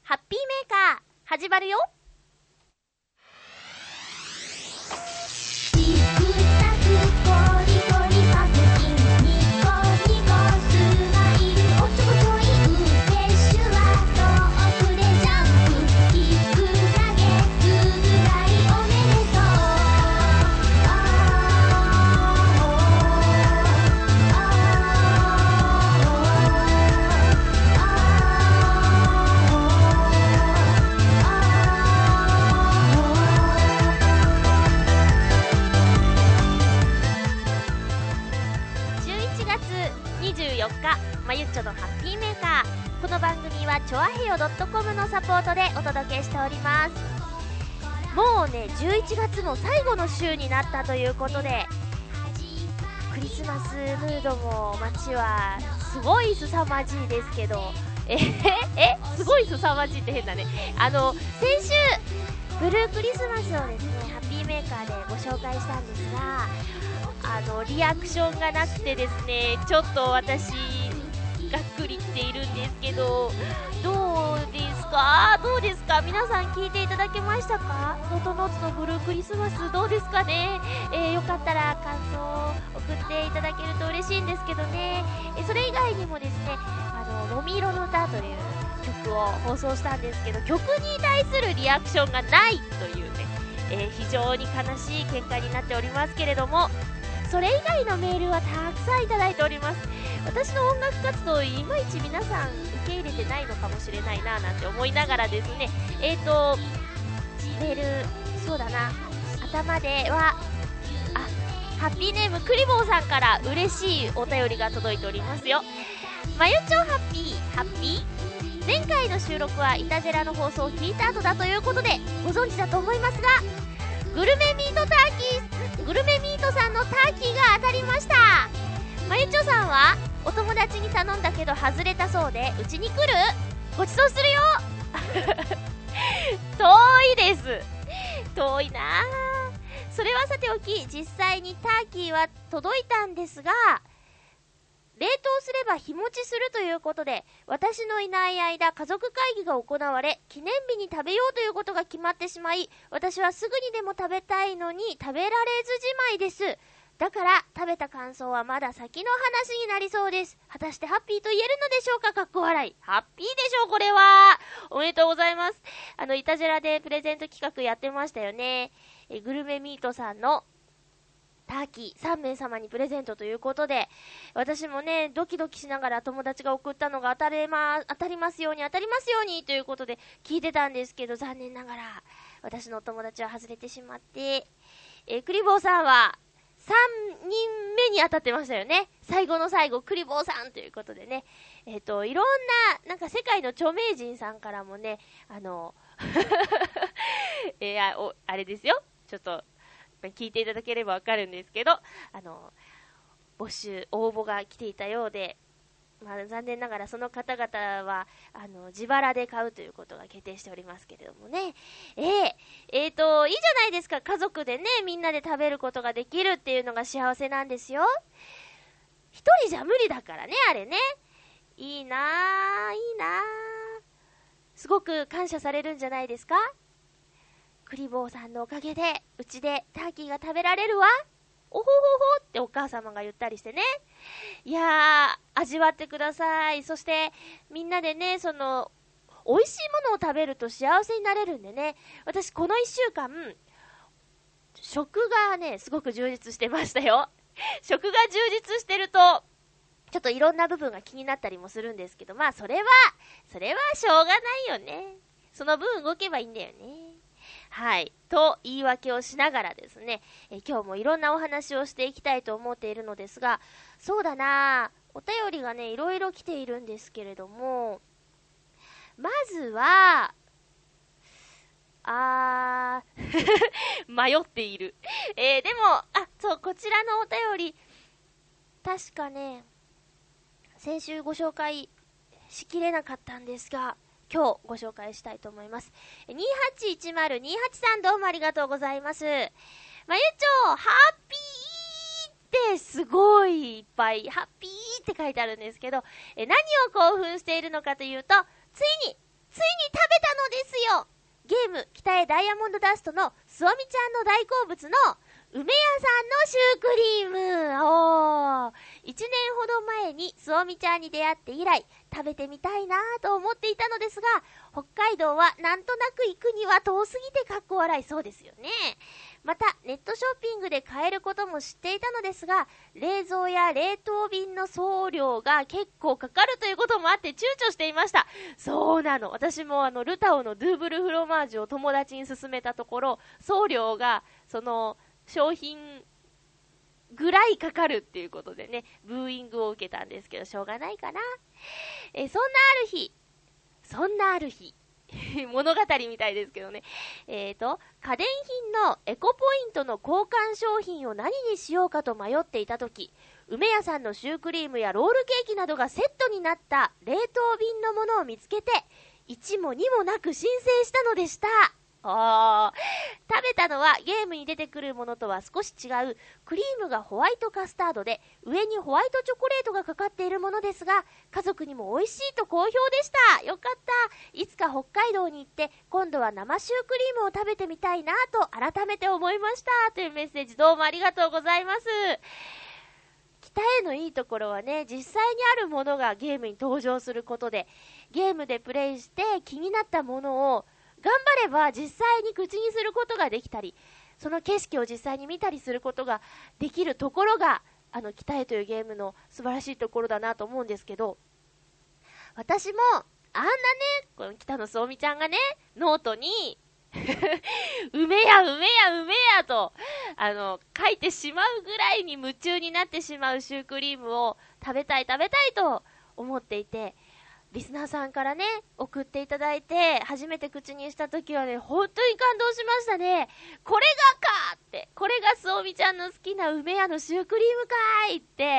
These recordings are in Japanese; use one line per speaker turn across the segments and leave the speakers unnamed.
ハッピーメーカー始まるよ。まゆっちょのハッピーメーカー。この番組はチョアヘヨ .com のサポートでお届けしております。もうね11月も最後の週になったということで、クリスマスムードも街はすごい凄まじいですけど、すごい凄まじいって変だね。先週ブルークリスマスをですねハッピーメーカーでご紹介したんですが、リアクションがなくてですね、ちょっと私がっくりっているんですけど、どうですか皆さん聞いていただけましたか？ノトノーツのブルークリスマスどうですかね。よかったら感想を送っていただけると嬉しいんですけどね。それ以外にもですね、もみいろの歌という曲を放送したんですけど、曲に対するリアクションがないというね、非常に悲しい結果になっておりますけれども、それ以外のメールはたくさんいただいております。私の音楽活動いまいち皆さん受け入れてないのかもしれないななんて思いながらですね、メールそうだな、頭ではハッピーネームクリボーさんから嬉しいお便りが届いておりますよ。まゆちょハッピー。前回の収録はイタジェラの放送を聞いた後だということでご存知だと思いますが、グルメミートさんのターキーが当たりました。まゆちょさんはお友達に頼んだけど外れたそうで、うちに来る？ごちそうするよ遠いです。遠いな。それはさておき、実際にターキーは届いたんですが、冷凍すれば日持ちするということで、私のいない間家族会議が行われ、記念日に食べようということが決まってしまい、私はすぐにでも食べたいのに食べられずじまいです。だから食べた感想はまだ先の話になりそうです。果たしてハッピーと言えるのでしょうか？かっこ笑い。ハッピーでしょうこれは。おめでとうございます。イタジェラでプレゼント企画やってましたよね。グルメミートさんのターキー3名様にプレゼントということで、私もねドキドキしながら友達が送ったのが当たりますようにということで聞いてたんですけど、残念ながら私のお友達は外れてしまって、クリボーさんは3人目に当たってましたよね。最後の最後クリボーさんということでね、いろんななんか世界の著名人さんからもねあれですよ、ちょっと聞いていただければわかるんですけど、応募が来ていたようで、残念ながらその方々は自腹で買うということが決定しておりますけれどもね。いいじゃないですか。家族でねみんなで食べることができるっていうのが幸せなんですよ。一人じゃ無理だからね、あれね。いいなすごく感謝されるんじゃないですか。クリボーさんのおかげでうちでターキーが食べられるわ、おほほほってお母様が言ったりしてね。いやー、味わってください。そしてみんなでね、その美味しいものを食べると幸せになれるんでね。私この1週間食がねすごく充実してましたよ食が充実してるとちょっといろんな部分が気になったりもするんですけど、それはしょうがないよね。その分動けばいいんだよね。はい、と言い訳をしながらですね、今日もいろんなお話をしていきたいと思っているのですが、そうだな、お便りがねいろいろ来ているんですけれども、まずは迷っている。でもそう、こちらのお便り確かね先週ご紹介しきれなかったんですが、今日ご紹介したいと思います。281028さん、どうもありがとうございます。まゆちょハッピーってすごいいっぱいハッピーって書いてあるんですけど、何を興奮しているのかというと、ついに食べたヤモンドダストのすおみちゃんの大好物の梅屋さんのシュークリーム。1年ほど前にすおみちゃんに出会って以来食べてみたいなと思っていたのですが、北海道はなんとなく行くには遠すぎてかっこ笑い。そうですよね。またネットショッピングで買えることも知っていたのですが、冷蔵や冷凍便の送料が結構かかるということもあって躊躇していました。そうなの。私もルタオのドゥーブルフロマージュを友達に勧めたところ、送料がその商品ぐらいかかるっていうことでね、ブーイングを受けたんですけど、しょうがないかな。そんなある日物語みたいですけどね、家電品のエコポイントの交換商品を何にしようかと迷っていたとき、梅屋さんのシュークリームやロールケーキなどがセットになった冷凍便のものを見つけて、1も2もなく申請したのでした。食べたのはゲームに出てくるものとは少し違うクリームがホワイトカスタードで上にホワイトチョコレートがかかっているものですが、家族にも美味しいと好評でした。よかった。いつか北海道に行って今度は生シュークリームを食べてみたいなと改めて思いましたというメッセージ、どうもありがとうございます。北へのいいところはね、実際にあるものがゲームに登場することで、ゲームでプレイして気になったものを頑張れば実際に口にすることができたり、その景色を実際に見たりすることができるところが北へというゲームの素晴らしいところだなと思うんですけど、私もあんなね、この北野すおみちゃんがね、ノートに梅やと書いてしまうぐらいに夢中になってしまうシュークリームを食べたいと思っていて、リスナーさんからね送っていただいて初めて口にした時はね、本当に感動しましたね。これがかって、これがすおみちゃんの好きな梅屋のシュークリームかいって、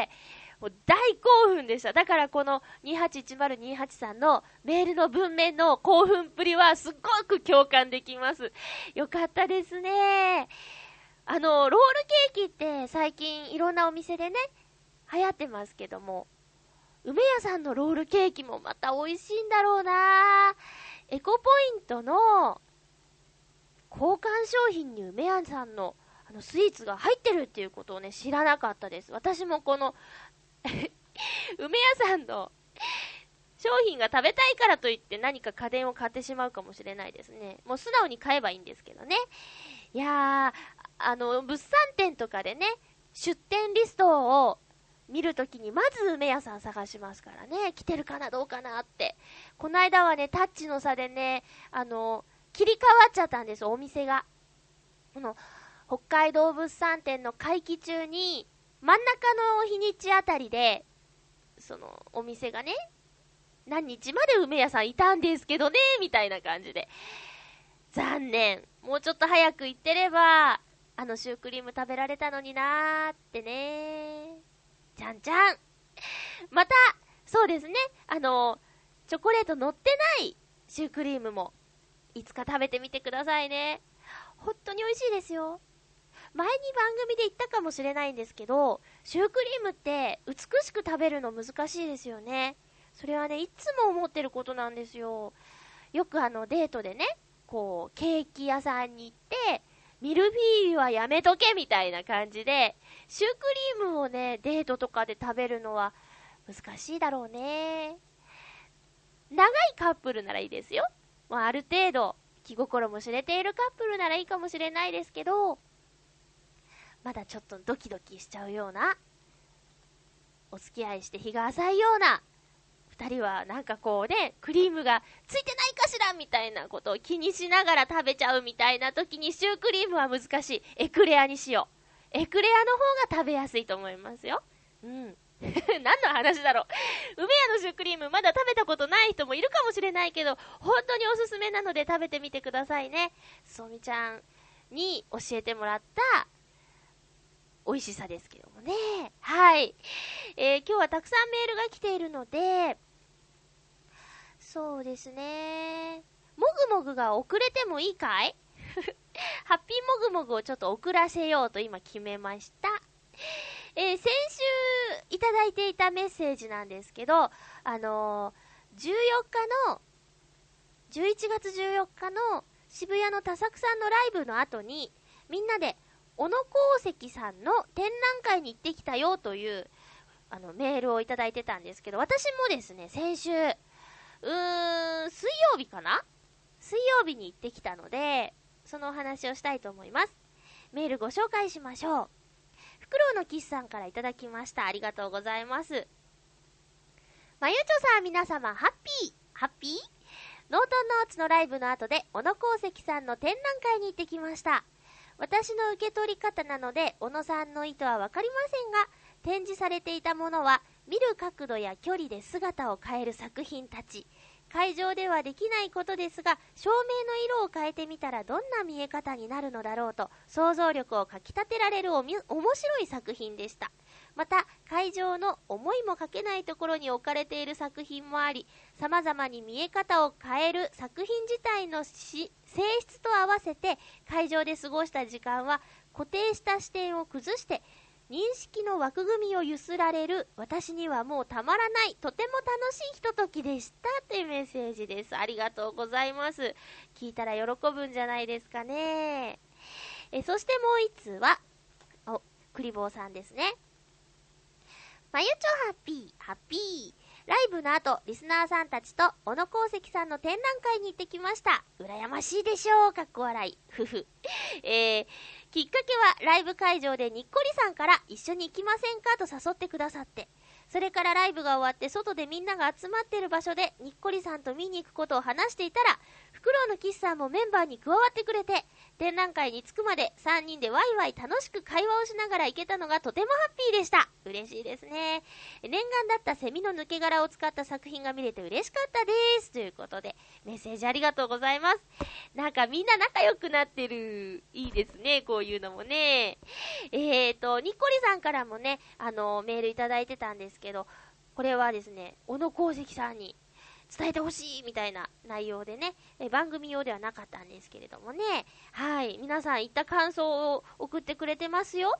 もう大興奮でした。だからこの281028さんのメールの文面の興奮っぷりはすっごく共感できます。よかったですね。ロールケーキって最近いろんなお店でね流行ってますけども、梅屋さんのロールケーキもまた美味しいんだろうな。エコポイントの交換商品に梅屋さんのスイーツが入ってるっていうことをね知らなかったです。私もこの梅屋さんの商品が食べたいからといって何か家電を買ってしまうかもしれないですね。もう素直に買えばいいんですけどね。いやー、物産展とかでね出店リストを見るときにまず梅屋さん探しますからね、来てるかなどうかなって。この間はねタッチの差でね切り替わっちゃったんです、お店が。北海道物産展の会期中に真ん中の日にちあたりでそのお店がね何日まで梅屋さんいたんですけどねみたいな感じで、残念。もうちょっと早く行ってればシュークリーム食べられたのになーってね。ちゃんちゃん。またそうですね、チョコレート乗ってないシュークリームもいつか食べてみてくださいね。本当に美味しいですよ。前に番組で言ったかもしれないんですけど、シュークリームって美しく食べるの難しいですよね。それはねいつも思ってることなんですよ。よくデートでねこうケーキ屋さんに行ってミルフィーユはやめとけみたいな感じでシュークリームをねデートとかで食べるのは難しいだろうね。長いカップルならいいですよ。まあ、ある程度気心も知れているカップルならいいかもしれないですけど、まだちょっとドキドキしちゃうような、お付き合いして日が浅いような2人はなんかこうねクリームがついてないかしらみたいなことを気にしながら食べちゃうみたいな時にシュークリームは難しい。エクレアにしよう。エクレアの方が食べやすいと思いますよ。何の話だろう。梅屋のシュークリームまだ食べたことない人もいるかもしれないけど、本当におすすめなので食べてみてくださいね。そうみちゃんに教えてもらった美味しさですけどもね。はい、今日はたくさんメールが来ているので、そうですね、もぐもぐが遅れてもいいかいハッピーもぐもぐをちょっと遅らせようと今決めました。先週いただいていたメッセージなんですけど、11月14日の渋谷の多作さんのライブの後にみんなで小野功石さんの展覧会に行ってきたよというメールをいただいてたんですけど、私もですね、先週水曜日かな、水曜日に行ってきたので、そのお話をしたいと思います。メールご紹介しましょう。フクロウのキスさんからいただきました。ありがとうございます。まゆちょさん、皆様ハッピーノートンノーツのライブの後で小野功石さんの展覧会に行ってきました。私の受け取り方なので小野さんの意図はわかりませんが、展示されていたものは見る角度や距離で姿を変える作品たち。会場ではできないことですが、照明の色を変えてみたらどんな見え方になるのだろうと想像力をかきたてられる面白い作品でした。また会場の思いもかけないところに置かれている作品もあり、様々に見え方を変える作品自体の性質と合わせて会場で過ごした時間は固定した視点を崩して認識の枠組みを揺すられる、私にはもうたまらない、とても楽しいひとときでしたというメッセージです。ありがとうございます。聞いたら喜ぶんじゃないですかね。そしてもう一通はクリボーさんですね。まゆちょハッピーライブの後、リスナーさんたちと小野功石さんの展覧会に行ってきました。羨ましいでしょう、かっこ笑い。ふふ。きっかけはライブ会場でにっこりさんから一緒に行きませんかと誘ってくださって、それからライブが終わって外でみんなが集まっている場所でにっこりさんと見に行くことを話していたら、フクロウのキスさんもメンバーに加わってくれて、展覧会に着くまで3人でワイワイ楽しく会話をしながら行けたのがとてもハッピーでした。嬉しいですね。念願だったセミの抜け殻を使った作品が見れて嬉しかったですということで、メッセージありがとうございます。なんかみんな仲良くなってる。いいですね、こういうのもね。にっこりさんからもね、メールいただいてたんですけど、これはですね、小野功石さんに伝えてほしいみたいな内容でね、番組用ではなかったんですけれどもね、はい、皆さん言った感想を送ってくれてますよ。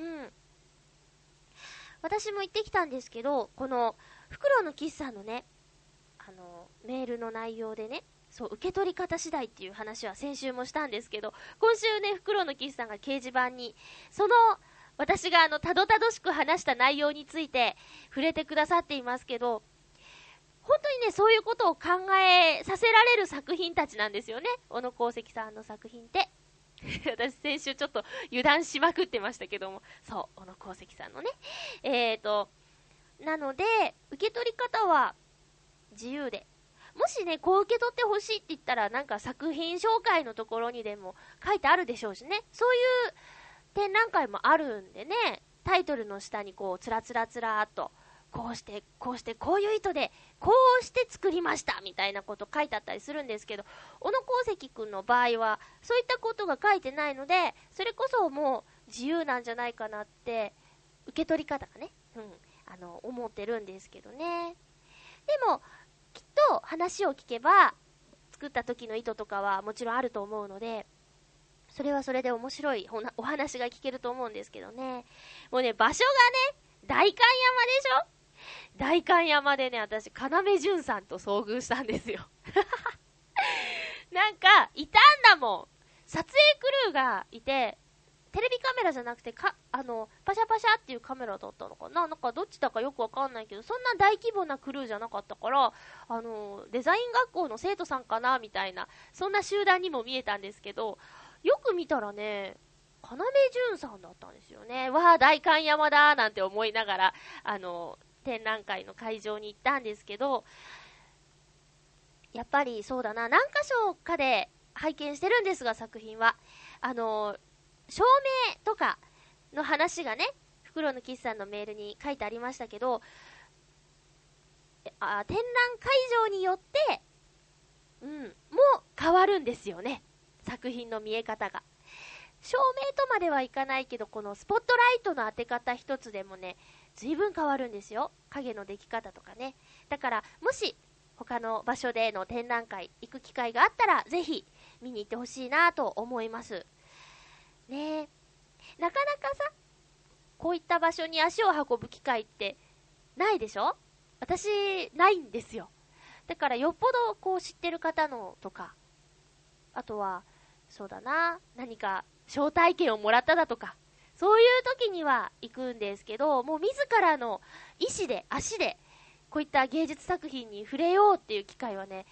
私も言ってきたんですけど、このフクロウのキスさんのね、メールの内容でね、そう、受け取り方次第っていう話は先週もしたんですけど、今週ね、フクロウのキスさんが掲示板にその私がたどたどしく話した内容について触れてくださっていますけど、本当にね、そういうことを考えさせられる作品たちなんですよね、小野功石さんの作品って私先週ちょっと油断しまくってましたけども、そう、小野功石さんのね、なので受け取り方は自由で、もしね、こう受け取ってほしいって言ったら、なんか作品紹介のところにでも書いてあるでしょうしね、そういう展覧会もあるんでね、タイトルの下にこうつらつらつらーっとこうしてこうしてこういう意図でこうして作りましたみたいなこと書いてあったりするんですけど、小野功石くんの場合はそういったことが書いてないので、それこそもう自由なんじゃないかなって、受け取り方がね、思ってるんですけどね。でもきっと話を聞けば作った時の意図とかはもちろんあると思うので、それはそれで面白いお話が聞けると思うんですけどね。もうね、場所がね、代官山でしょ。代官山でね、私要潤さんと遭遇したんですよなんかいたんだもん、撮影クルーがいて、テレビカメラじゃなくてパシャパシャっていうカメラだったのかな、なんかどっちだかよくわかんないけど、そんな大規模なクルーじゃなかったから、デザイン学校の生徒さんかなみたいな、そんな集団にも見えたんですけど、よく見たらね、要潤さんだったんですよね。わあ、代官山だなんて思いながら展覧会の会場に行ったんですけど、やっぱりそうだな、何箇所かで拝見してるんですが、作品は照明とかの話がね、フクロウのキスさんのメールに書いてありましたけど、展覧会場によってもう変わるんですよね、作品の見え方が。照明とまではいかないけど、このスポットライトの当て方一つでもね、随分変わるんですよ、影の出来方とかね。だからもし他の場所での展覧会行く機会があったら、ぜひ見に行ってほしいなと思いますね。なかなかさ、こういった場所に足を運ぶ機会ってないでしょ。私ないんですよ。だからよっぽどこう知ってる方のとか、 あとはそうだな、何か招待券をもらっただとか、そういう時には行くんですけど、もう自らの意思で足でこういった芸術作品に触れようっていう機会はね、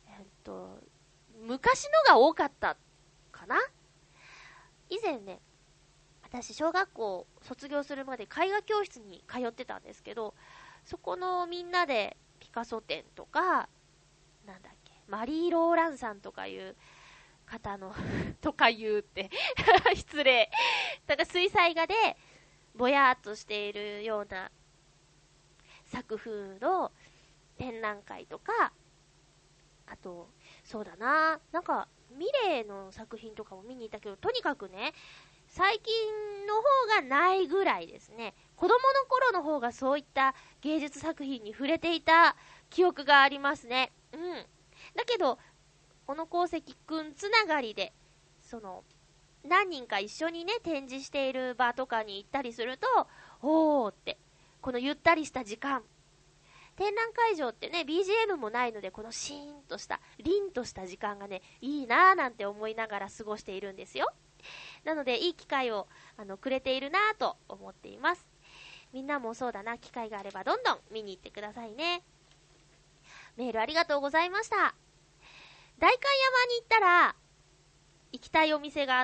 昔のが多かったかな。以前ね、私小学校卒業するまで絵画教室に通ってたんですけど、そこのみんなでピカソ展とか、なんだっけ、マリー・ローランさんとかいう方のとか言うって失礼だから水彩画でぼやーっとしているような作風の展覧会とか、あとそうだな、なんかミレーの作品とかも見に行ったけど、とにかくね、最近の方がないぐらいですね。子供の頃の方がそういった芸術作品に触れていた記憶がありますね。だけど小野功石くんつながりで、何人か一緒にね展示している場とかに行ったりすると、おーって、このゆったりした時間、展覧会場ってね BGM もないので、このシーンとした凛とした時間がねいいなーなんて思いながら過ごしているんですよ。なのでいい機会をくれているなーと思っています。みんなもそうだな、機会があればどんどん見に行ってくださいね。メールありがとうございました。代官山に行ったら行きたいお店があって、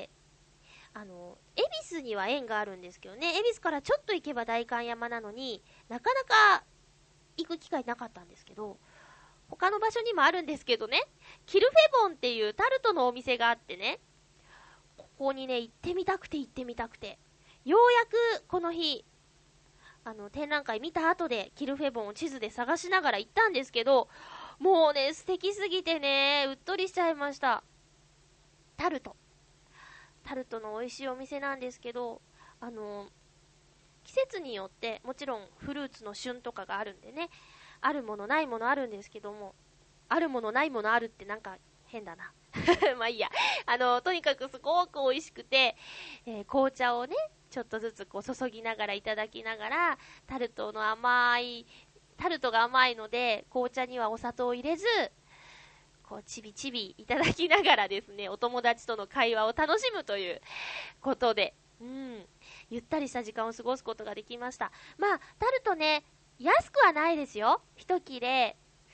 恵比寿には縁があるんですけどね、恵比寿からちょっと行けば代官山なのになかなか行く機会なかったんですけど、他の場所にもあるんですけどね、キルフェボンっていうタルトのお店があってね、ここにね行ってみたくて、ようやくこの日展覧会見た後でキルフェボンを地図で探しながら行ったんですけど、もうね素敵すぎてねうっとりしちゃいました。タルトの美味しいお店なんですけど、季節によってもちろんフルーツの旬とかがあるんでね、あるものないものあるんですけども、あるものないものあるってなんか変だなまあいいや、とにかくすごく美味しくて、紅茶をねちょっとずつこう注ぎながらいただきながら、タルトが甘いので紅茶にはお砂糖を入れず、こうちびちびいただきながらですね、お友達との会話を楽しむということで、ゆったりした時間を過ごすことができました。まあタルトね安くはないですよ。一切れ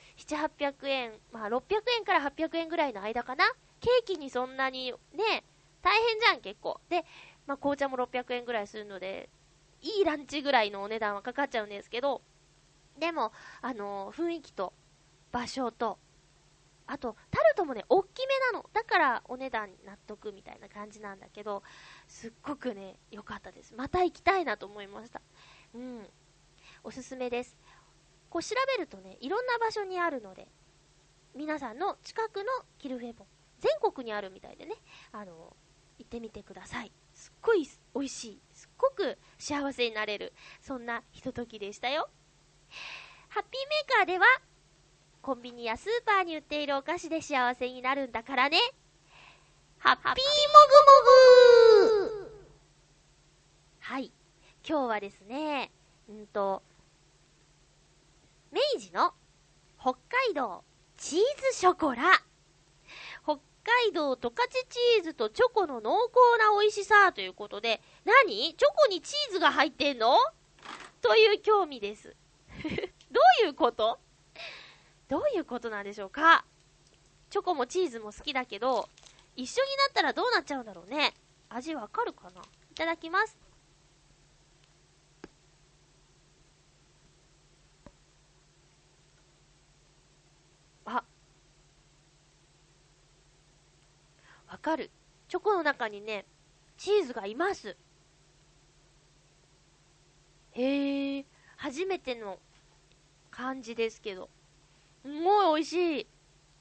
7、800円、まあ600円から800円ぐらいの間かな。ケーキにそんなにね、大変じゃん結構で、まあ紅茶も600円ぐらいするので、いいランチぐらいのお値段はかかっちゃうんですけど、でも雰囲気と場所と、あとタルトもね大きめなのだからお値段納得みたいな感じなんだけど、すっごくね良かったです。また行きたいなと思いました。おすすめです。こう調べるとねいろんな場所にあるので、皆さんの近くのキルフェボン全国にあるみたいでね、行ってみてください。すっごい美味しい、すっごく幸せになれる、そんなひとときでしたよ。ハッピーメーカーではコンビニやスーパーに売っているお菓子で幸せになるんだからね。ハッピーもぐもぐ。はい、今日はですね、明治の北海道チーズショコラ、北海道十勝チーズとチョコの濃厚な美味しさということで、何？チョコにチーズが入ってんの？という興味です。どういうことなんでしょうか。チョコもチーズも好きだけど、一緒になったらどうなっちゃうんだろうね。味わかるかな。いただきます。わかる。チョコの中にねチーズがいます。へえ、初めての感じですけど、すごい美味しい。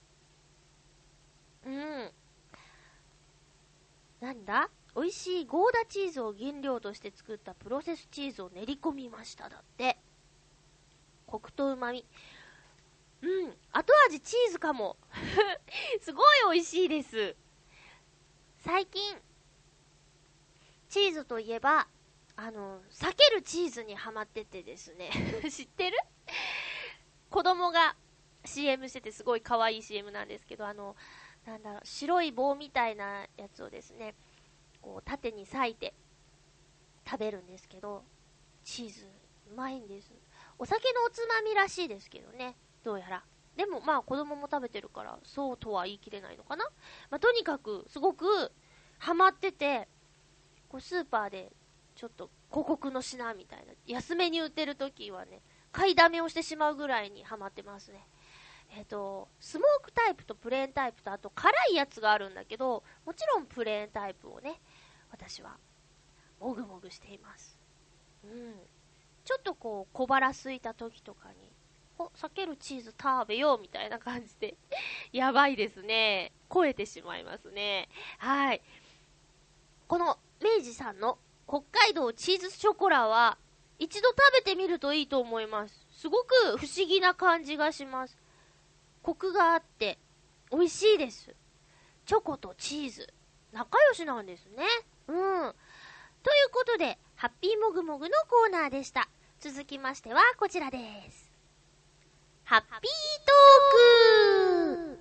なんだ、美味しいゴーダチーズを原料として作ったプロセスチーズを練り込みましただって。コクと旨味、後味チーズかもすごい美味しいです。最近チーズといえば避けるチーズにハマっててですね知ってる？子供が CM しててすごい可愛い CM なんですけど、 白い棒みたいなやつをですね、こう縦に裂いて食べるんですけど、チーズうまいんです。お酒のおつまみらしいですけどね、どうやら。でもまあ子供も食べてるからそうとは言い切れないのかな。とにかくすごくハマってて、こうスーパーでちょっと広告の品みたいな安めに売ってる時はね、買いだめをしてしまうぐらいにハマってますね。スモークタイプとプレーンタイプと、あと辛いやつがあるんだけど、もちろんプレーンタイプをね、私はもぐもぐしています。ちょっとこう小腹空いた時とかに、避けるチーズ食べようみたいな感じでやばいですね。超えてしまいますね。はい。この明治さんの北海道チーズショコラは一度食べてみるといいと思います。すごく不思議な感じがします。コクがあって美味しいです。チョコとチーズ仲良しなんですね。ということでハッピーもぐもぐのコーナーでした。続きましてはこちらです。ハッピートーク。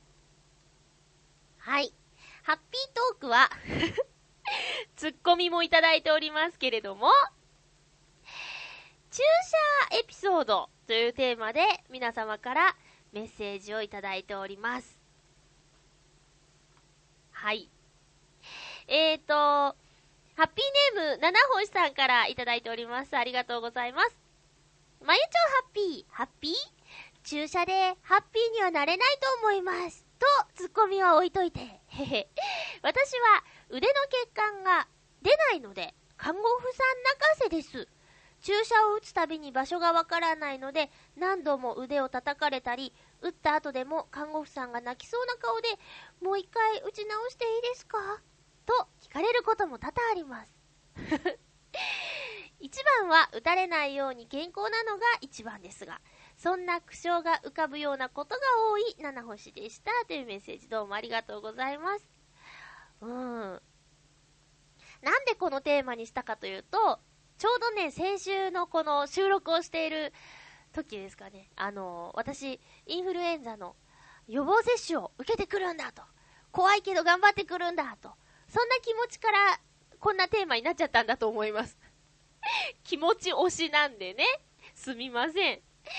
はい、ハッピートークはツッコミもいただいておりますけれども、駐車エピソードというテーマで皆様からメッセージをいただいております。はい。ハッピーネーム七星さんからいただいております。ありがとうございます。まゆちょハッピー駐車でハッピーにはなれないと思いますとツッコミは置いといて、私は腕の血管が出ないので看護婦さん泣かせです。注射を打つたびに場所がわからないので何度も腕を叩かれたり、打った後でも看護婦さんが泣きそうな顔でもう一回打ち直していいですかと聞かれることも多々あります。一番は打たれないように健康なのが一番ですが、そんな苦笑が浮かぶようなことが多い七星でしたというメッセージ、どうもありがとうございます。なんでこのテーマにしたかというと、ちょうどね、先週のこの収録をしている時ですかね、私インフルエンザの予防接種を受けてくるんだと、怖いけど頑張ってくるんだと、そんな気持ちからこんなテーマになっちゃったんだと思います。気持ち推しなんでね、すみません。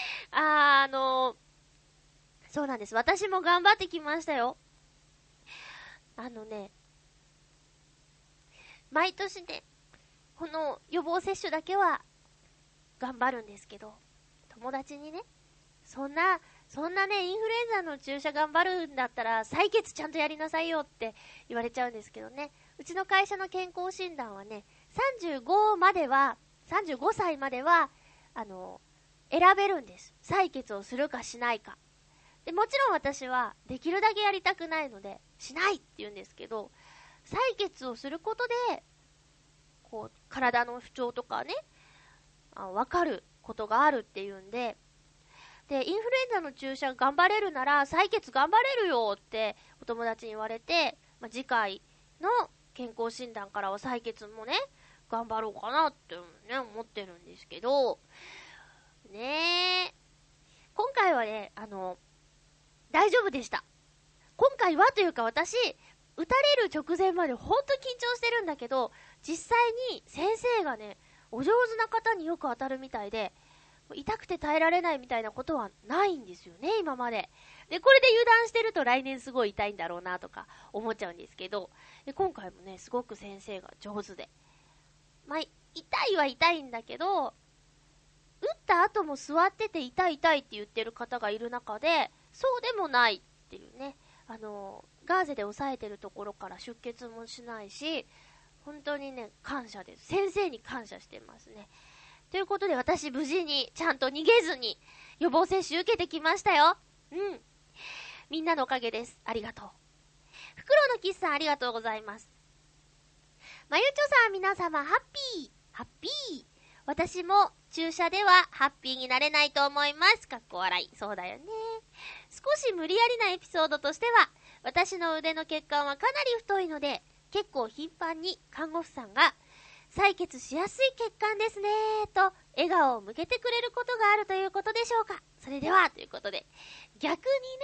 そうなんです。私も頑張ってきましたよ。毎年ね、この予防接種だけは頑張るんですけど、友達にね、そんなね、インフルエンザの注射頑張るんだったら採血ちゃんとやりなさいよって言われちゃうんですけどね。うちの会社の健康診断はね、35歳までは選べるんです。採血をするかしないかで、もちろん私はできるだけやりたくないのでしないって言うんですけど、採血をすることでこう体の不調とかね、分かることがあるっていうんで、インフルエンザの注射頑張れるなら採血頑張れるよってお友達に言われて、次回の健康診断からは採血もね頑張ろうかなってね思ってるんですけどね。今回はね大丈夫でした。今回はというか、私打たれる直前までほんと緊張してるんだけど、実際に先生がねお上手な方によく当たるみたいで、痛くて耐えられないみたいなことはないんですよね、今まで。で、これで油断してると来年すごい痛いんだろうなとか思っちゃうんですけど、今回もね、すごく先生が上手で。痛いは痛いんだけど、打った後も座ってて痛いって言ってる方がいる中で、そうでもないっていうね、ガーゼで押さえてるところから出血もしないし、本当にね、感謝です。先生に感謝してますね。ということで、私無事にちゃんと逃げずに予防接種受けてきましたよ。みんなのおかげです。ありがとう。フクロウのキスさん、ありがとうございます。まゆちょさん、皆様ハッピー。私も注射ではハッピーになれないと思います。かっこ笑い。そうだよね。少し無理やりなエピソードとしては、私の腕の血管はかなり太いので、結構頻繁に看護婦さんが採血しやすい血管ですねと笑顔を向けてくれることがあるということでしょうか。それではということで、逆にね、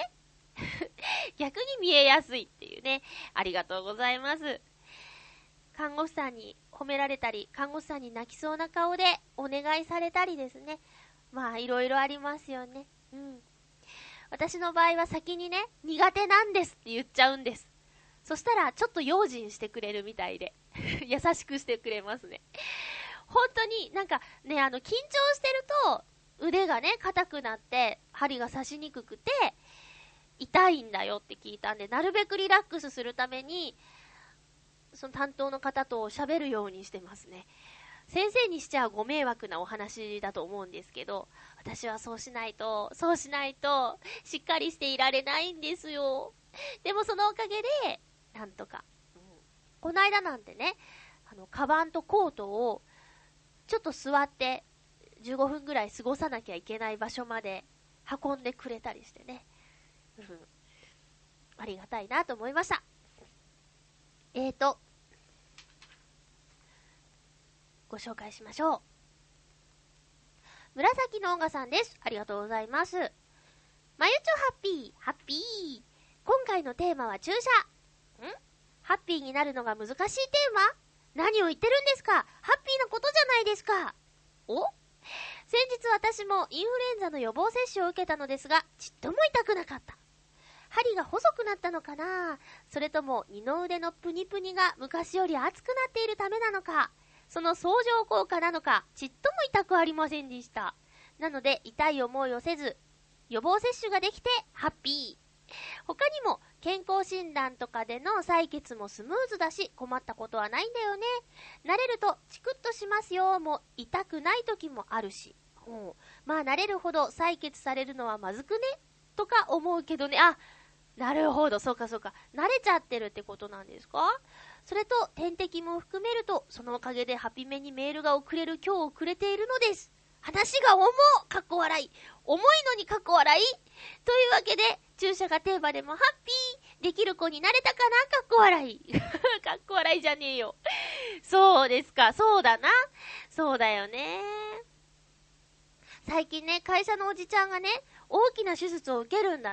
逆に見えやすいっていうね。ありがとうございます。看護師さんに褒められたり、看護師さんに泣きそうな顔でお願いされたりですね。まあいろいろありますよね。私の場合は先にね、苦手なんですって言っちゃうんです。そしたらちょっと用心してくれるみたいで優しくしてくれますね。本当になんかね、緊張してると腕がね硬くなって針が刺しにくくて痛いんだよって聞いたんで、なるべくリラックスするためにその担当の方と喋るようにしてますね。先生にしちゃご迷惑なお話だと思うんですけど、私はそうしないとしっかりしていられないんですよ。でもそのおかげでなんとか、この間なんてね、カバンとコートをちょっと座って15分ぐらい過ごさなきゃいけない場所まで運んでくれたりしてね、ありがたいなと思いました。ご紹介しましょう。紫の音楽さんです。ありがとうございます。まゆちょハッピー。今回のテーマは注射。ハッピーになるのが難しいテーマ？何を言ってるんですか？ハッピーなことじゃないですか。先日私もインフルエンザの予防接種を受けたのですが、ちっとも痛くなかった。針が細くなったのかな？それとも二の腕のプニプニが昔より熱くなっているためなのか、その相乗効果なのか、ちっとも痛くありませんでした。なので痛い思いをせず予防接種ができてハッピー。他にも健康診断とかでの採血もスムーズだし、困ったことはないんだよね。慣れるとチクッとしますよも痛くない時もあるし、まあ慣れるほど採血されるのはまずくねとか思うけどね。なるほど、そうか慣れちゃってるってことなんですか？それと点滴も含めると、そのおかげでハピメにメールが送れる今日遅れているのです。話が重かっこ笑い、重いのにかっこ笑いというわけで、注射がテーマでもハッピーできる子になれたかな、かっこ笑いかっこ笑いじゃねえよ。そうですか、そうだな、そうだよね。最近ね、会社のおじちゃんがね、大きな手術を受けるんだって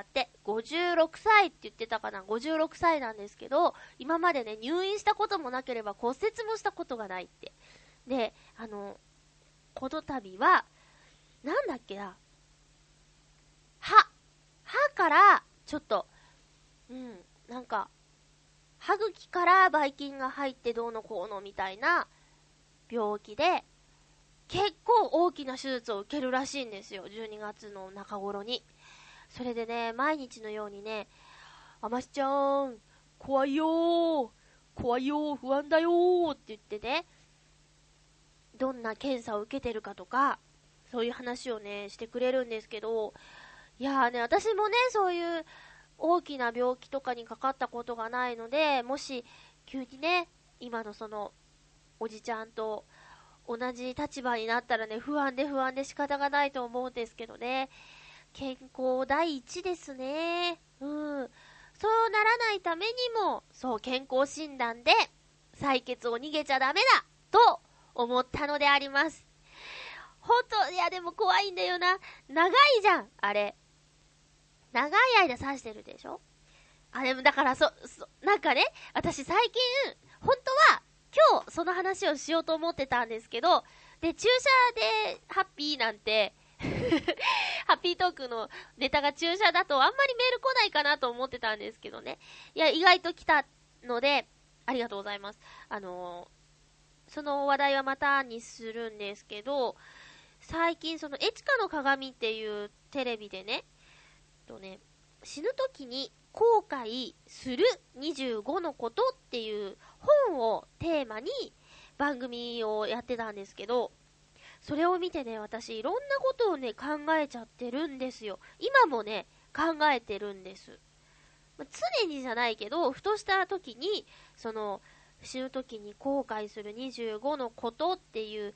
。56歳って言ってたかな。56歳なんですけど、今までね、入院したこともなければ骨折もしたことがないって。で、この度はなんだっけな、歯からちょっとなんか歯茎からばい菌が入ってどうのこうのみたいな病気で、結構大きな手術を受けるらしいんですよ、12月の中頃に。それでね、毎日のようにね、あましちゃん怖いよ不安だよって言ってね、どんな検査を受けてるかとか、そういう話をねしてくれるんですけど、いやーね、私もねそういう大きな病気とかにかかったことがないので、もし急にね今のそのおじちゃんと同じ立場になったらね、不安で仕方がないと思うんですけどね。健康第一ですね。そうならないためにも、そう健康診断で採血を逃げちゃダメだと思ったのであります。本当、いやでも怖いんだよな。長いじゃん、あれ。長い間刺してるでしょ。でもだからなんかね、私最近、本当は今日その話をしようと思ってたんですけど、で、注射でハッピーなんてハッピートークのネタが注射だとあんまりメール来ないかなと思ってたんですけどね。いや、意外と来たので、ありがとうございます。その話題はまたにするんですけど、最近そのエチカの鏡っていうテレビでね、死ぬ時に後悔する25のことっていう本をテーマに番組をやってたんですけど、それを見てね、私いろんなことをね考えちゃってるんですよ。今もね考えてるんです。常にじゃないけど、ふとした時にその死ぬ時に後悔する25のことっていう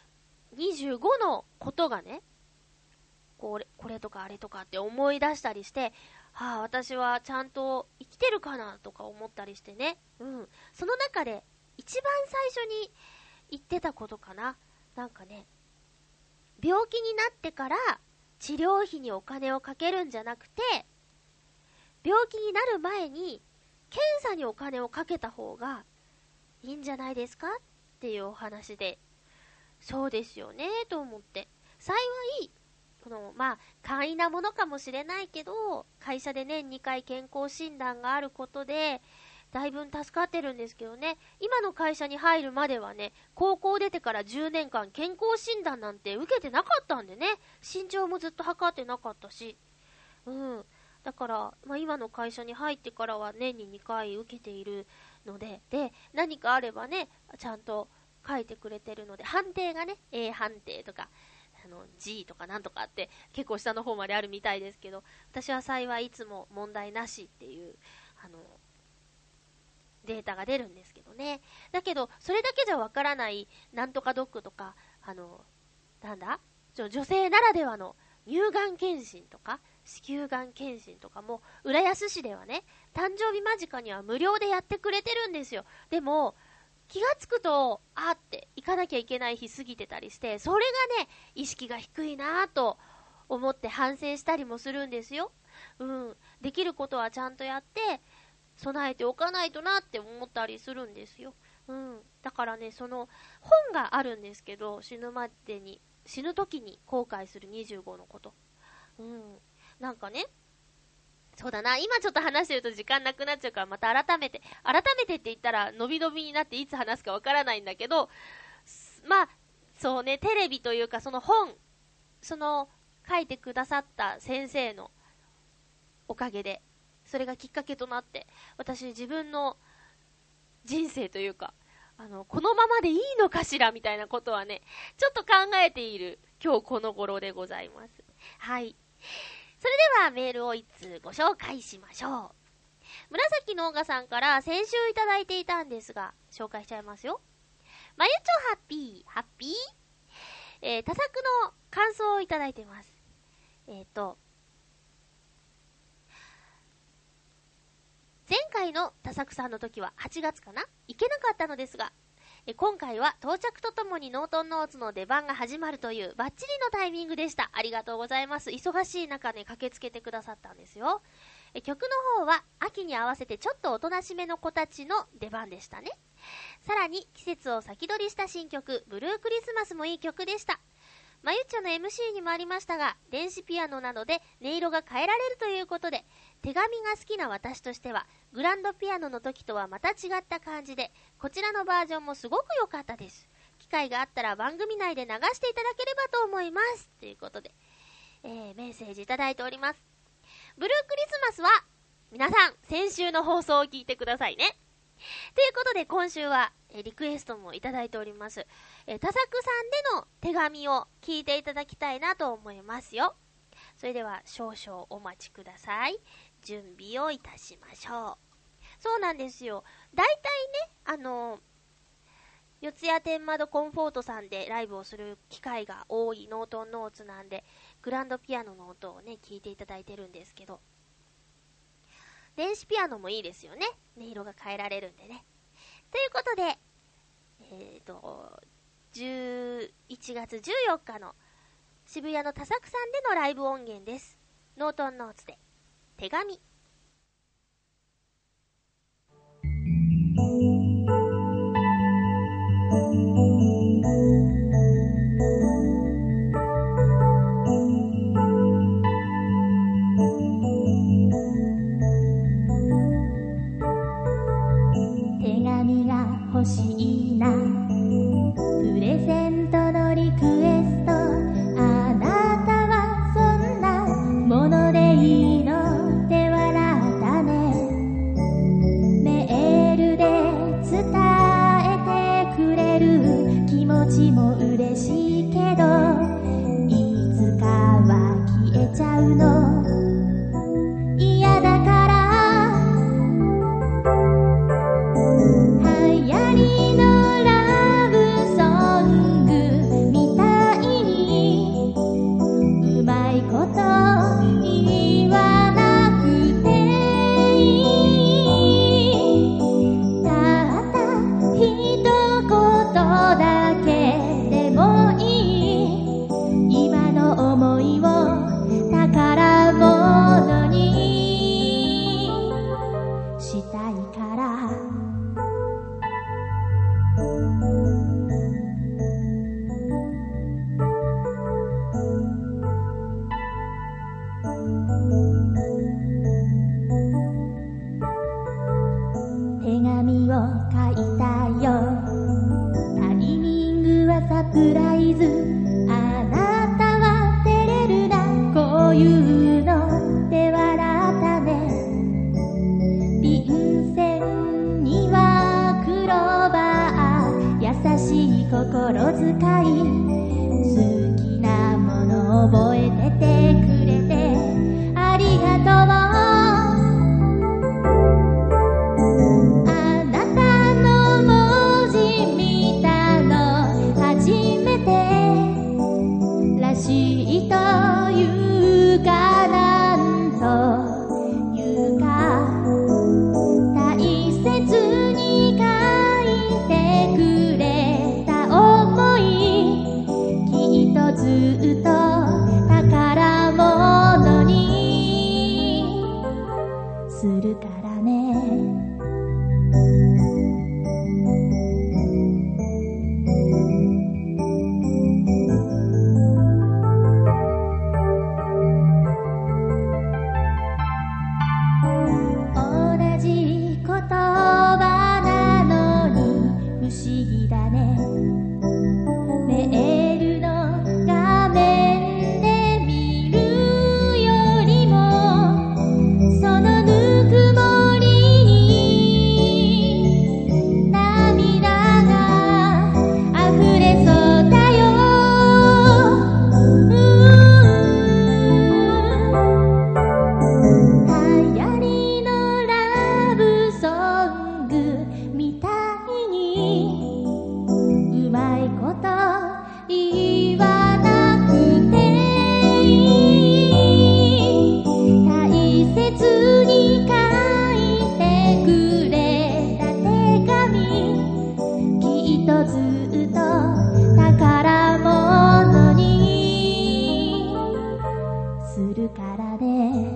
25のことがね、これとかあれとかって思い出したりして、私はちゃんと生きてるかなとか思ったりしてね。その中で一番最初に言ってたことかな。なんかね、病気になってから治療費にお金をかけるんじゃなくて、 病気になる前に検査にお金をかけた方がいいんじゃないですかっていうお話で、そうですよねと思って、幸い簡易なものかもしれないけど、会社で年2回健康診断があることでだいぶ助かってるんですけどね。今の会社に入るまではね、高校出てから10年間健康診断なんて受けてなかったんでね、身長もずっと測ってなかったし、だから、今の会社に入ってからは年に2回受けているので、何かあればね、ちゃんと書いてくれてるので、判定がね、A 判定とか、G とかなんとかって結構下の方まであるみたいですけど、私は幸いいつも問題なしっていう、データが出るんですけどね。だけど、それだけじゃわからない、なんとかドックとか、女性ならではの乳がん検診とか、子宮がん検診とかも、浦安市ではね、誕生日間近には無料でやってくれてるんですよ。でも、気がつくと、って行かなきゃいけない日過ぎてたりして、それがね、意識が低いなぁと思って反省したりもするんですよ。できることはちゃんとやって、備えておかないとなって思ったりするんですよ。だからね、その本があるんですけど、死ぬ時に後悔する25のこと。なんかね、そうだな、今ちょっと話してると時間なくなっちゃうから、また改めてって言ったら伸び伸びになっていつ話すかわからないんだけど、そうね、テレビというかその本、書いてくださった先生のおかげで、それがきっかけとなって、私自分の人生というか、このままでいいのかしらみたいなことはね、ちょっと考えている今日この頃でございます。はい。それではメールを1通ご紹介しましょう。紫のオガさんから先週いただいていたんですが、紹介しちゃいますよ。まゆちょハッピー、多作の感想をいただいています。前回の多作さんの時は8月かな、行けなかったのですが、今回は到着とともにノートンノーツの出番が始まるというバッチリのタイミングでした。ありがとうございます。忙しい中ね、駆けつけてくださったんですよ。曲の方は秋に合わせてちょっとおとなしめの子たちの出番でしたね。さらに季節を先取りした新曲ブルークリスマスもいい曲でした。まゆっちょの MC にもありましたが、電子ピアノなどで音色が変えられるということで、手紙が好きな私としてはグランドピアノの時とはまた違った感じで、こちらのバージョンもすごく良かったです。機会があったら番組内で流していただければと思いますということで、メッセージいただいております。ブルークリスマスは皆さん先週の放送を聞いてくださいね。ということで今週はリクエストもいただいております。多作さんでの手紙を聞いていただきたいなと思いますよ。それでは少々お待ちください。準備をいたしましょう。そうなんですよ。だいたいね、四谷天窓コンフォートさんでライブをする機会が多いノートンノーツなんで、グランドピアノの音をね、聞いていただいてるんですけど、電子ピアノもいいですよね。音色が変えられるんでね。ということで、11月14日の渋谷の多作さんでのライブ音源です。ノートンノーツで手紙。
手紙が欲しいな、プレゼントのリクエスト、あなたはそんなものでいいのって笑ったね。メールで伝えてくれる気持ちも嬉しいけど、いつかは消えちゃうの嫌だから、流行りのラしたいから手紙を書いたよタイミングはサプライズあなたは照れるなこういうので笑ったね便箋にはクローバー優しい心遣い好きなもの覚えててくれてありがとうあなたの文字見たの初めてらしいというかなんというか大切に書いてくれた想いきっとずっと宝物にするからね同じ言葉なのに不思議だねメールの画面で見るよりもそのぬくもりに涙が溢れそうだよ流行りのラブソングみたいにうまいこと言わなくていい大切に書いてくれた手紙きっとずっと宝物にするからね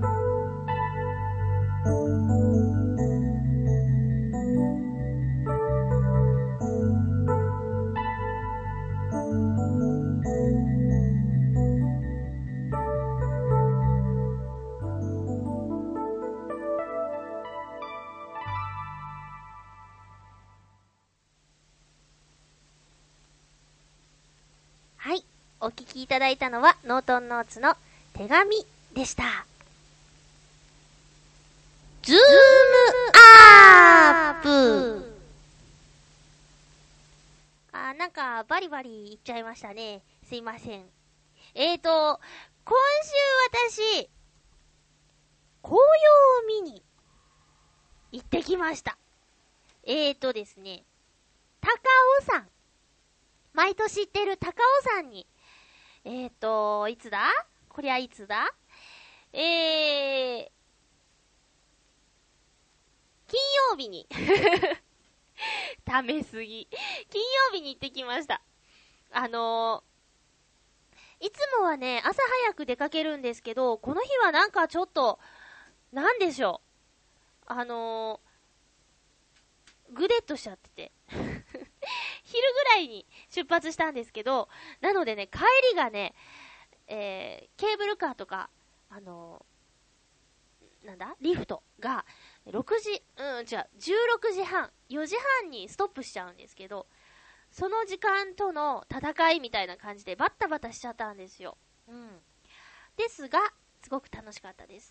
はい、お聞きいただいたのはノートンノーツの手紙でした。ズームアップなんかバリバリ言っちゃいましたね。すいません。今週私、紅葉を見に行ってきました。ですね、高尾山。毎年行ってる高尾山に、いつだこりゃいつだ金曜日にためすぎ。金曜日に行ってきました。いつもはね、朝早く出かけるんですけど、この日はなんかちょっと、なんでしょう。ぐでっとしちゃってて。昼ぐらいに出発したんですけど、なのでね、帰りがね、ケーブルカーとか、リフトが、16時半、4時半にストップしちゃうんですけど、その時間との戦いみたいな感じでバッタバタしちゃったんですよ。ですが、すごく楽しかったです。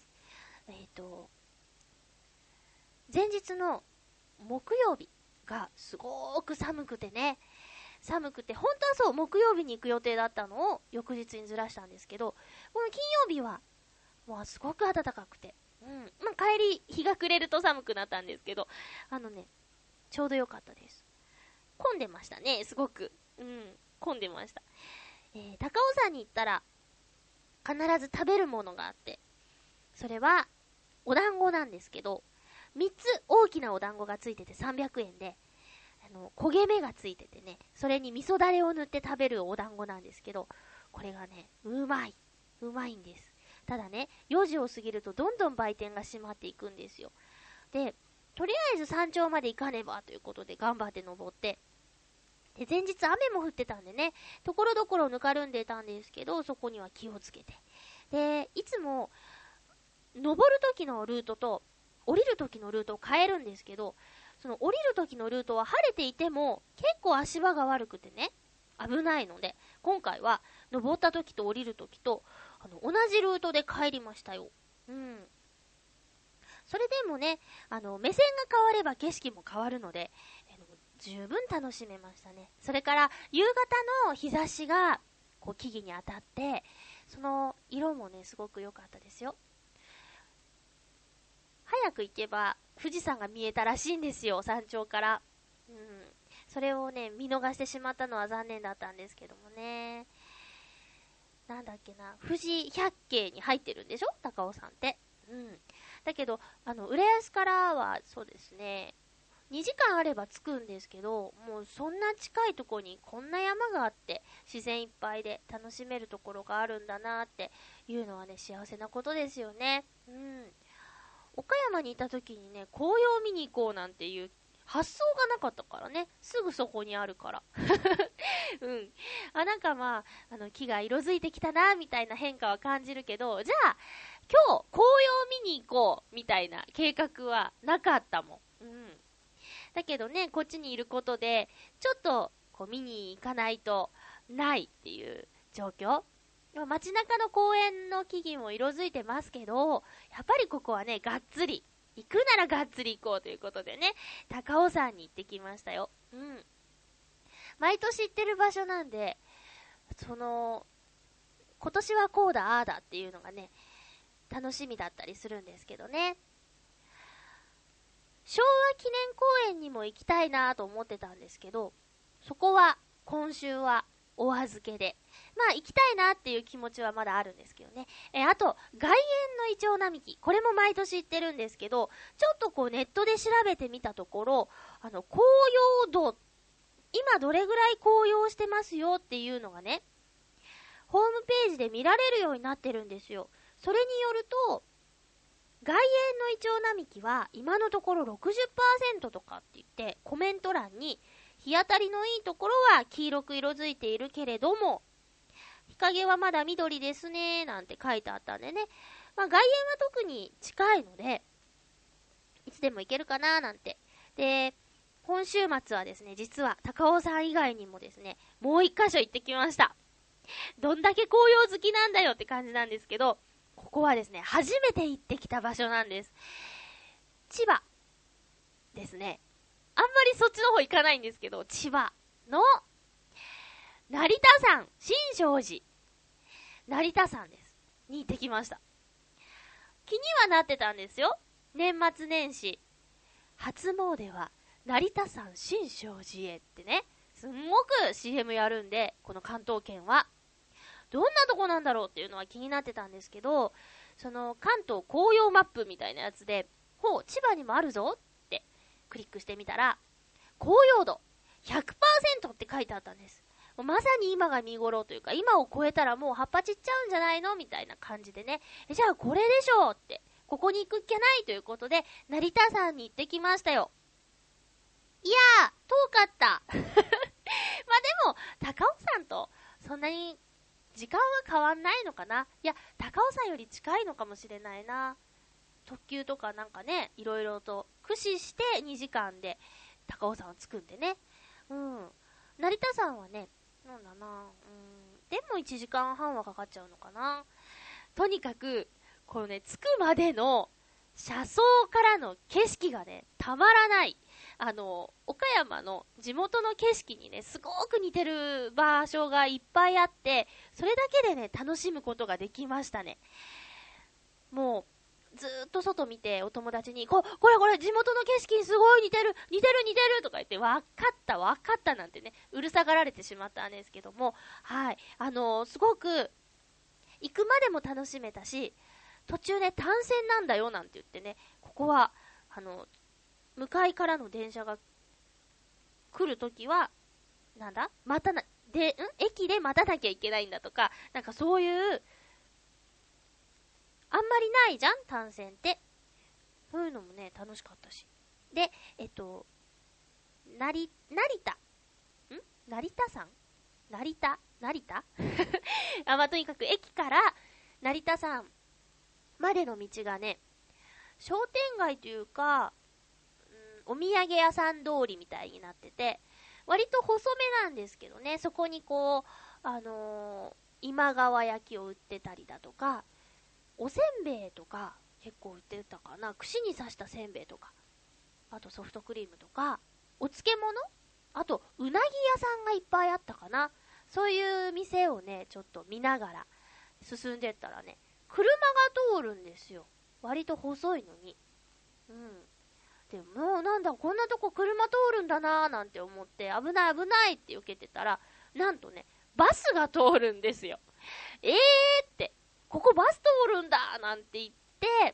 前日の木曜日がすごーく寒くてね、本当はそう木曜日に行く予定だったのを翌日にずらしたんですけど、この金曜日はもうすごく暖かくて、帰り日が暮れると寒くなったんですけど、ちょうどよかったです。混んでましたね、すごく。混んでました。高尾山に行ったら必ず食べるものがあって、それはお団子なんですけど、3つ大きなお団子がついてて300円で、焦げ目がついててね、それに味噌だれを塗って食べるお団子なんですけど、これがね、うまいんです。ただね、4時を過ぎるとどんどん売店が閉まっていくんですよ。 で、とりあえず山頂まで行かねばということで頑張って登って、で、前日雨も降ってたんでね、ところどころぬかるんでたんですけど、そこには気をつけて。で、いつも、登る時のルートと、降りる時のルートを変えるんですけど、その降りる時のルートは晴れていても、結構足場が悪くてね、危ないので、今回は、登った時と降りる時と、同じルートで帰りましたよ。それでもね、目線が変われば景色も変わるので、十分楽しめましたね。それから夕方の日差しがこう木々に当たって、その色もねすごく良かったですよ。早く行けば富士山が見えたらしいんですよ、山頂から。それをね見逃してしまったのは残念だったんですけどもね。なんだっけな、富士百景に入ってるんでしょ、高尾山って。だけど浦安からはそうですね、2時間あれば着くんですけど、もうそんな近いところにこんな山があって自然いっぱいで楽しめるところがあるんだなっていうのはね、幸せなことですよね。岡山にいた時にね、紅葉見に行こうなんていう発想がなかったからね、すぐそこにあるからなんかまあ、木が色づいてきたなみたいな変化は感じるけど、じゃあ今日紅葉見に行こうみたいな計画はなかったもん。だけどね、こっちにいることで、ちょっとこう見に行かないとないっていう状況。街中の公園の木々も色づいてますけど、やっぱりここはね、がっつり、行くならがっつり行こうということでね、高尾山に行ってきましたよ。毎年行ってる場所なんで、今年はこうだ、ああだっていうのがね、楽しみだったりするんですけどね。昭和記念公園にも行きたいなと思ってたんですけど、そこは今週はお預けで、まあ行きたいなっていう気持ちはまだあるんですけどね。あと外苑のイチョウ並木、これも毎年行ってるんですけど、ちょっとこうネットで調べてみたところ、紅葉度、今どれぐらい紅葉してますよっていうのがね、ホームページで見られるようになってるんですよ。それによると、外苑のイチョウ並木は今のところ 60% とかって言って、コメント欄に日当たりのいいところは黄色く色づいているけれども、日陰はまだ緑ですねなんて書いてあったんでね、まあ外苑は特に近いのでいつでも行けるかななんて。で、今週末はですね、実は高尾山以外にもですね、もう一箇所行ってきました。どんだけ紅葉好きなんだよって感じなんですけど、ここはですね、初めて行ってきた場所なんです。千葉ですね。あんまりそっちの方行かないんですけど、千葉の成田山新勝寺、成田山ですに行ってきました。気にはなってたんですよ。年末年始初詣は成田山新勝寺へってね、すんごく CM やるんで、この関東圏はどんなとこなんだろうっていうのは気になってたんですけど、その関東紅葉マップみたいなやつで、千葉にもあるぞってクリックしてみたら、紅葉度 100% って書いてあったんです。まさに今が見頃というか、今を超えたらもう葉っぱ散っちゃうんじゃないのみたいな感じでね、じゃあこれでしょうって、ここに行くっきゃないということで、成田山に行ってきましたよ。いやー、遠かった。まあでも、高尾山とそんなに時間は変わんないのかな。いや、高尾山より近いのかもしれないな。特急とかなんかね、いろいろと駆使して2時間で高尾山を着くんでね。成田山はね、なんだな、でも1時間半はかかっちゃうのかな。とにかく、このね、着くまでの車窓からの景色がね、たまらない。岡山の地元の景色にね、すごく似てる場所がいっぱいあって、それだけでね、楽しむことができましたね。もう、ずーっと外見て、お友達に、これ、地元の景色にすごい似てるとか言って、わかったなんてね、うるさがられてしまったんですけども、はい、すごく、行くまでも楽しめたし、途中ね、単線なんだよなんて言ってね、ここは、向かいからの電車が来るときは、なんだ駅で待たなきゃいけないんだとか、なんかそういう、あんまりないじゃん単線って。 そういうのもね、楽しかったし。で、成田山成田まあ、とにかく駅から成田山までの道がね、商店街というか、お土産屋さん通りみたいになってて、割と細めなんですけどね、そこにこう、今川焼きを売ってたりだとか、おせんべいとか結構売ってたかな、串に刺したせんべいとか、あとソフトクリームとか、お漬物、あとうなぎ屋さんがいっぱいあったかな。そういう店をね、ちょっと見ながら進んでったらね、車が通るんですよ。割と細いのに。でもなんだ、こんなとこ車通るんだなーなんて思って、危ない危ないって避けてたら、なんとね、バスが通るんですよ。って、ここバス通るんだなんて言って、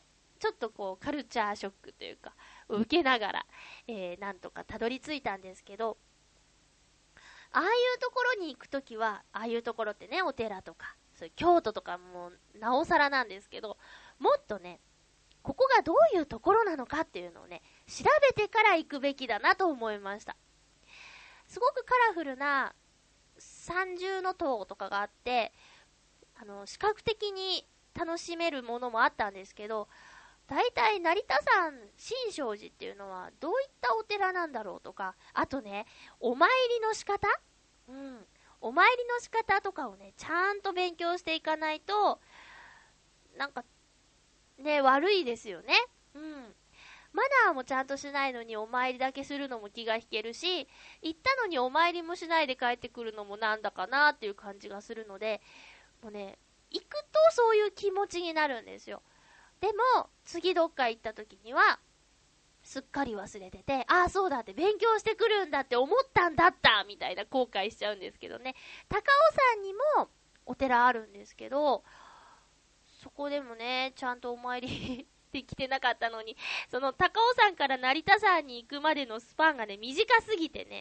ちょっとこうカルチャーショックというか、受けながら、なんとかたどり着いたんですけど、ああいうところに行くときは、ああいうところってね、お寺とか、そういう京都とかもなおさらなんですけど、もっとね、ここがどういうところなのかっていうのをね、調べてから行くべきだなと思いました。すごくカラフルな三重の塔とかがあって、視覚的に楽しめるものもあったんですけど、だいたい成田山新勝寺っていうのはどういったお寺なんだろうとか、あとね、お参りの仕方、お参りの仕方とかをね、ちゃんと勉強していかないと、なんかね、悪いですよね。マナーもちゃんとしないのにお参りだけするのも気が引けるし、行ったのにお参りもしないで帰ってくるのもなんだかなっていう感じがするので、もうね、行くとそういう気持ちになるんですよ。でも、次どっか行った時には、すっかり忘れてて、ああそうだって勉強してくるんだって思ったんだったみたいな後悔しちゃうんですけどね。高尾山にもお寺あるんですけど、そこでもね、ちゃんとお参りできてなかったのに、その高尾山から成田山に行くまでのスパンがね、短すぎてね、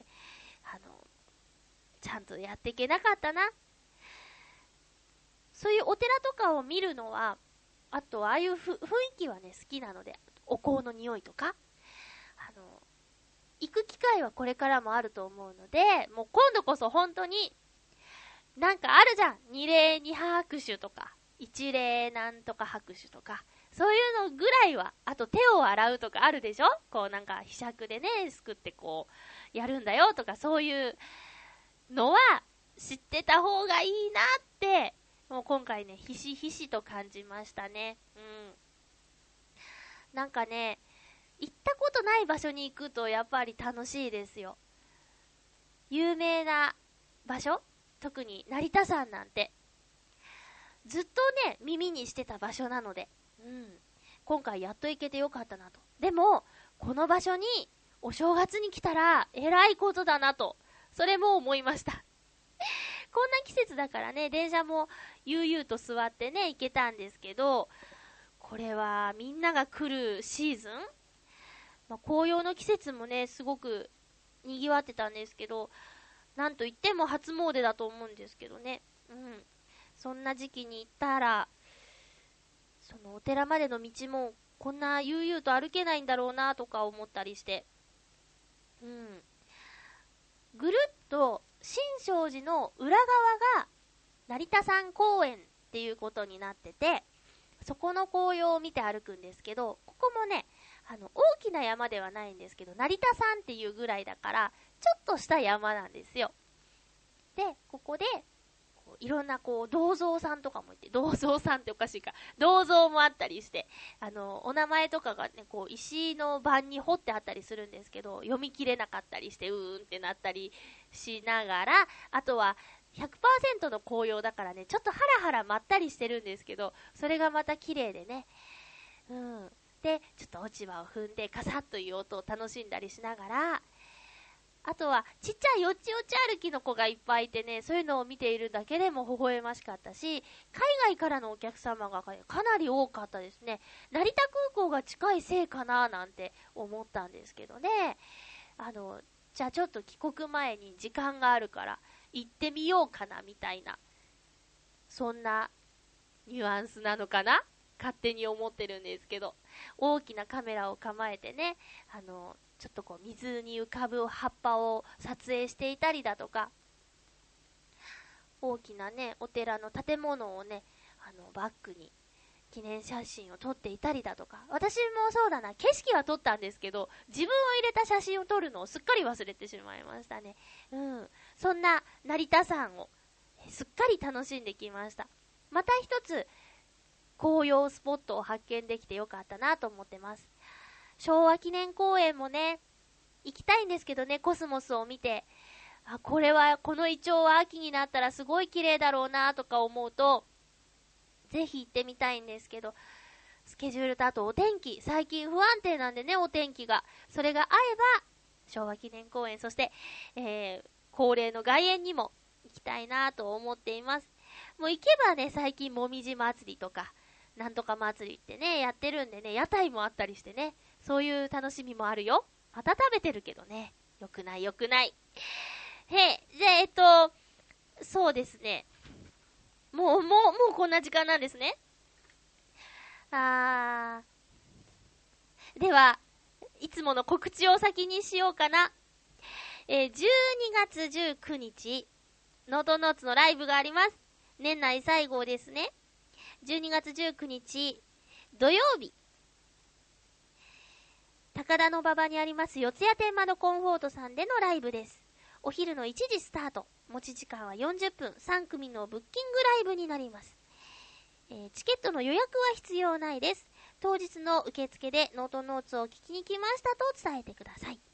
ちゃんとやっていけなかったな。そういうお寺とかを見るのは、あとああいう雰囲気はね、好きなので、お香の匂いとか、行く機会はこれからもあると思うので、もう今度こそ本当に、なんかあるじゃん。二礼二拍手とか、一礼なんとか拍手とか、そういうのぐらいは、あと手を洗うとかあるでしょ？こうなんかひしゃくでね、すくってこう、やるんだよとか、そういうのは知ってた方がいいなって、もう今回ね、ひしひしと感じましたね。なんかね、行ったことない場所に行くとやっぱり楽しいですよ。有名な場所？特に成田山なんて。ずっとね、耳にしてた場所なので、今回やっと行けてよかったなと。でも、この場所にお正月に来たら偉いことだなと、それも思いました。こんな季節だからね、電車も悠々と座ってね、行けたんですけど、これはみんなが来るシーズン？紅葉の季節もね、すごく賑わってたんですけど、なんといっても初詣だと思うんですけどね。そんな時期に行ったら、そのお寺までの道もこんな悠々と歩けないんだろうなとか思ったりして、ぐるっと新勝寺の裏側が成田山公園っていうことになってて、そこの紅葉を見て歩くんですけど、ここもね、大きな山ではないんですけど、成田山っていうぐらいだから、ちょっとした山なんですよ。で、ここで、いろんな銅像さんとかもいて、銅像さんっておかしいか、銅像もあったりして、お名前とかがね、石の板に彫ってあったりするんですけど、読み切れなかったりして、ってなったりしながら、あとは、100% の紅葉だからね、ちょっとハラハラまったりしてるんですけど、それがまた綺麗でね、で、ちょっと落ち葉を踏んで、カサッという音を楽しんだりしながら、あとは、ちっちゃいよちよち歩きの子がいっぱいいてね、そういうのを見ているだけでも微笑ましかったし、海外からのお客様がかなり多かったですね。成田空港が近いせいかななんて思ったんですけどね。じゃあちょっと帰国前に時間があるから行ってみようかなみたいな、そんなニュアンスなのかな。 勝手に思ってるんですけど、大きなカメラを構えてね、ちょっとこう水に浮かぶ葉っぱを撮影していたりだとか、大きなねお寺の建物をねバックに記念写真を撮っていたりだとか、私もそうだな、景色は撮ったんですけど自分を入れた写真を撮るのをすっかり忘れてしまいましたね。そんな成田山をすっかり楽しんできました。また一つ紅葉スポットを発見できてよかったなと思ってます。昭和記念公園もね行きたいんですけどね、コスモスを見て、このイチョウは秋になったらすごい綺麗だろうなとか思うとぜひ行ってみたいんですけど、スケジュールとあとお天気、最近不安定なんでね、お天気が、それが合えば昭和記念公園、そして、恒例の外苑にも行きたいなと思っています。もう行けばね、最近もみじ祭りとかなんとか祭りってねやってるんでね、屋台もあったりしてね、そういう楽しみもあるよ。また食べてるけどね、よくないよくない。じゃあそうですね、もうこんな時間なんですね。ではいつもの告知を先にしようかな。12月19日ノートノーツのライブがあります。年内最後ですね。12月19日土曜日、高田馬場にあります四谷天満のコンフォートさんでのライブです。お昼の1時スタート、持ち時間は40分、3組のブッキングライブになります。チケットの予約は必要ないです。当日の受付でノートノーツを聞きに来ましたと伝えてください。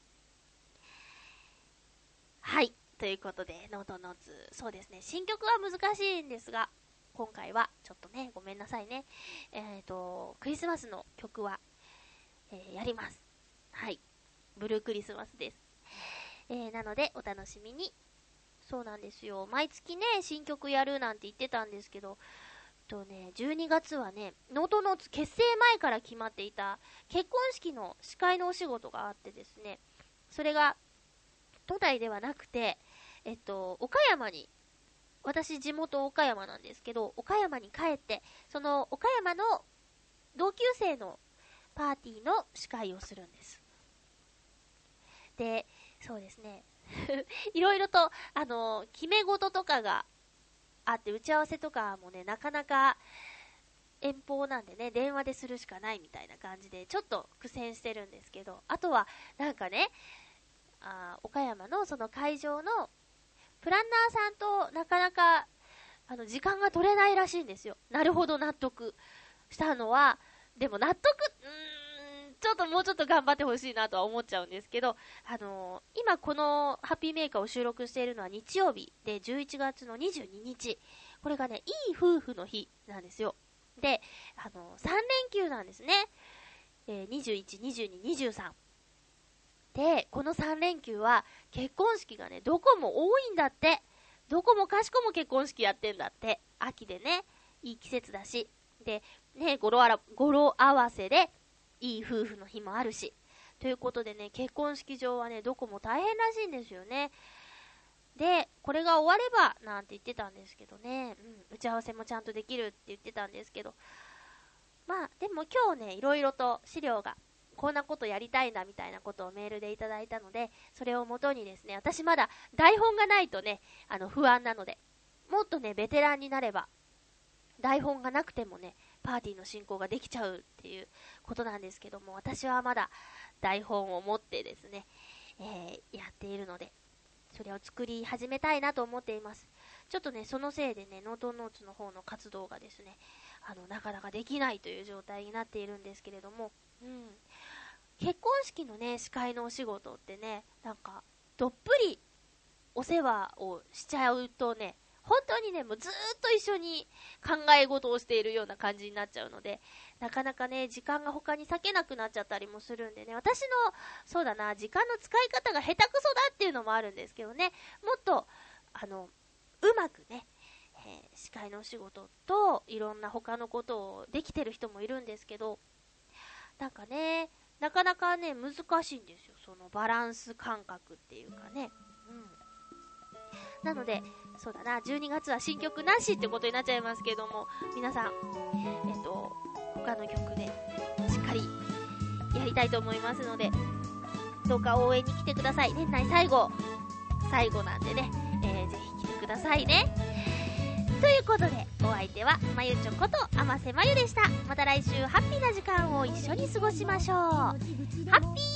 はい、ということでノートノーツ、そうですね、新曲は難しいんですが、今回はちょっとねごめんなさいね、クリスマスの曲は、やります。はい、ブルークリスマスです。なのでお楽しみに。そうなんですよ、毎月ね新曲やるなんて言ってたんですけど、12月はねノートノーツ結成前から決まっていた結婚式の司会のお仕事があってですね、それが都内ではなくて、岡山に、私地元岡山なんですけど、岡山に帰ってその岡山の同級生のパーティーの司会をするんです。で、そうですねいろいろと決め事とかがあって、打ち合わせとかもねなかなか遠方なんでね電話でするしかないみたいな感じでちょっと苦戦してるんですけど、あとはなんかね、岡山のその会場のプランナーさんとなかなか時間が取れないらしいんですよ。なるほど納得したのは、でも納得ちょっともうちょっと頑張ってほしいなとは思っちゃうんですけど、今このハッピーメーカーを収録しているのは日曜日で11月の22日、これがねいい夫婦の日なんですよ。で3連休なんですね、21、22、23で、この3連休は結婚式がねどこも多いんだって。どこもかしこも結婚式やってんだって。秋でねいい季節だし、でね語呂合わせでいい夫婦の日もあるし、ということでね結婚式場はねどこも大変らしいんですよね。でこれが終わればなんて言ってたんですけどね、打ち合わせもちゃんとできるって言ってたんですけど、まあでも今日ねいろいろと資料がこんなことやりたいなみたいなことをメールでいただいたので、それをもとにですね、私まだ台本がないとね不安なので、もっとねベテランになれば台本がなくてもねパーティーの進行ができちゃうっていうことなんですけども、私はまだ台本を持ってですね、やっているので、それを作り始めたいなと思っています。ちょっとねそのせいでねノートノーツの方の活動がですねなかなかできないという状態になっているんですけれども、結婚式のね司会のお仕事ってねなんかどっぷりお世話をしちゃうとね、本当にねもうずーっと一緒に考え事をしているような感じになっちゃうので、なかなかね時間が他に割けなくなっちゃったりもするんでね、私のそうだな時間の使い方が下手くそだっていうのもあるんですけどね、もっとうまくね、司会のお仕事といろんな他のことをできてる人もいるんですけど、なんかねなかなかね難しいんですよ、そのバランス感覚っていうかね。なのでそうだな12月は新曲なしってことになっちゃいますけども、皆さん他の曲でしっかりやりたいと思いますので、どうか応援に来てください。年内最後なんでね、ぜひ来てくださいね。ということで、お相手はまゆちょことあませまゆでした。また来週ハッピーな時間を一緒に過ごしましょう。ハッピー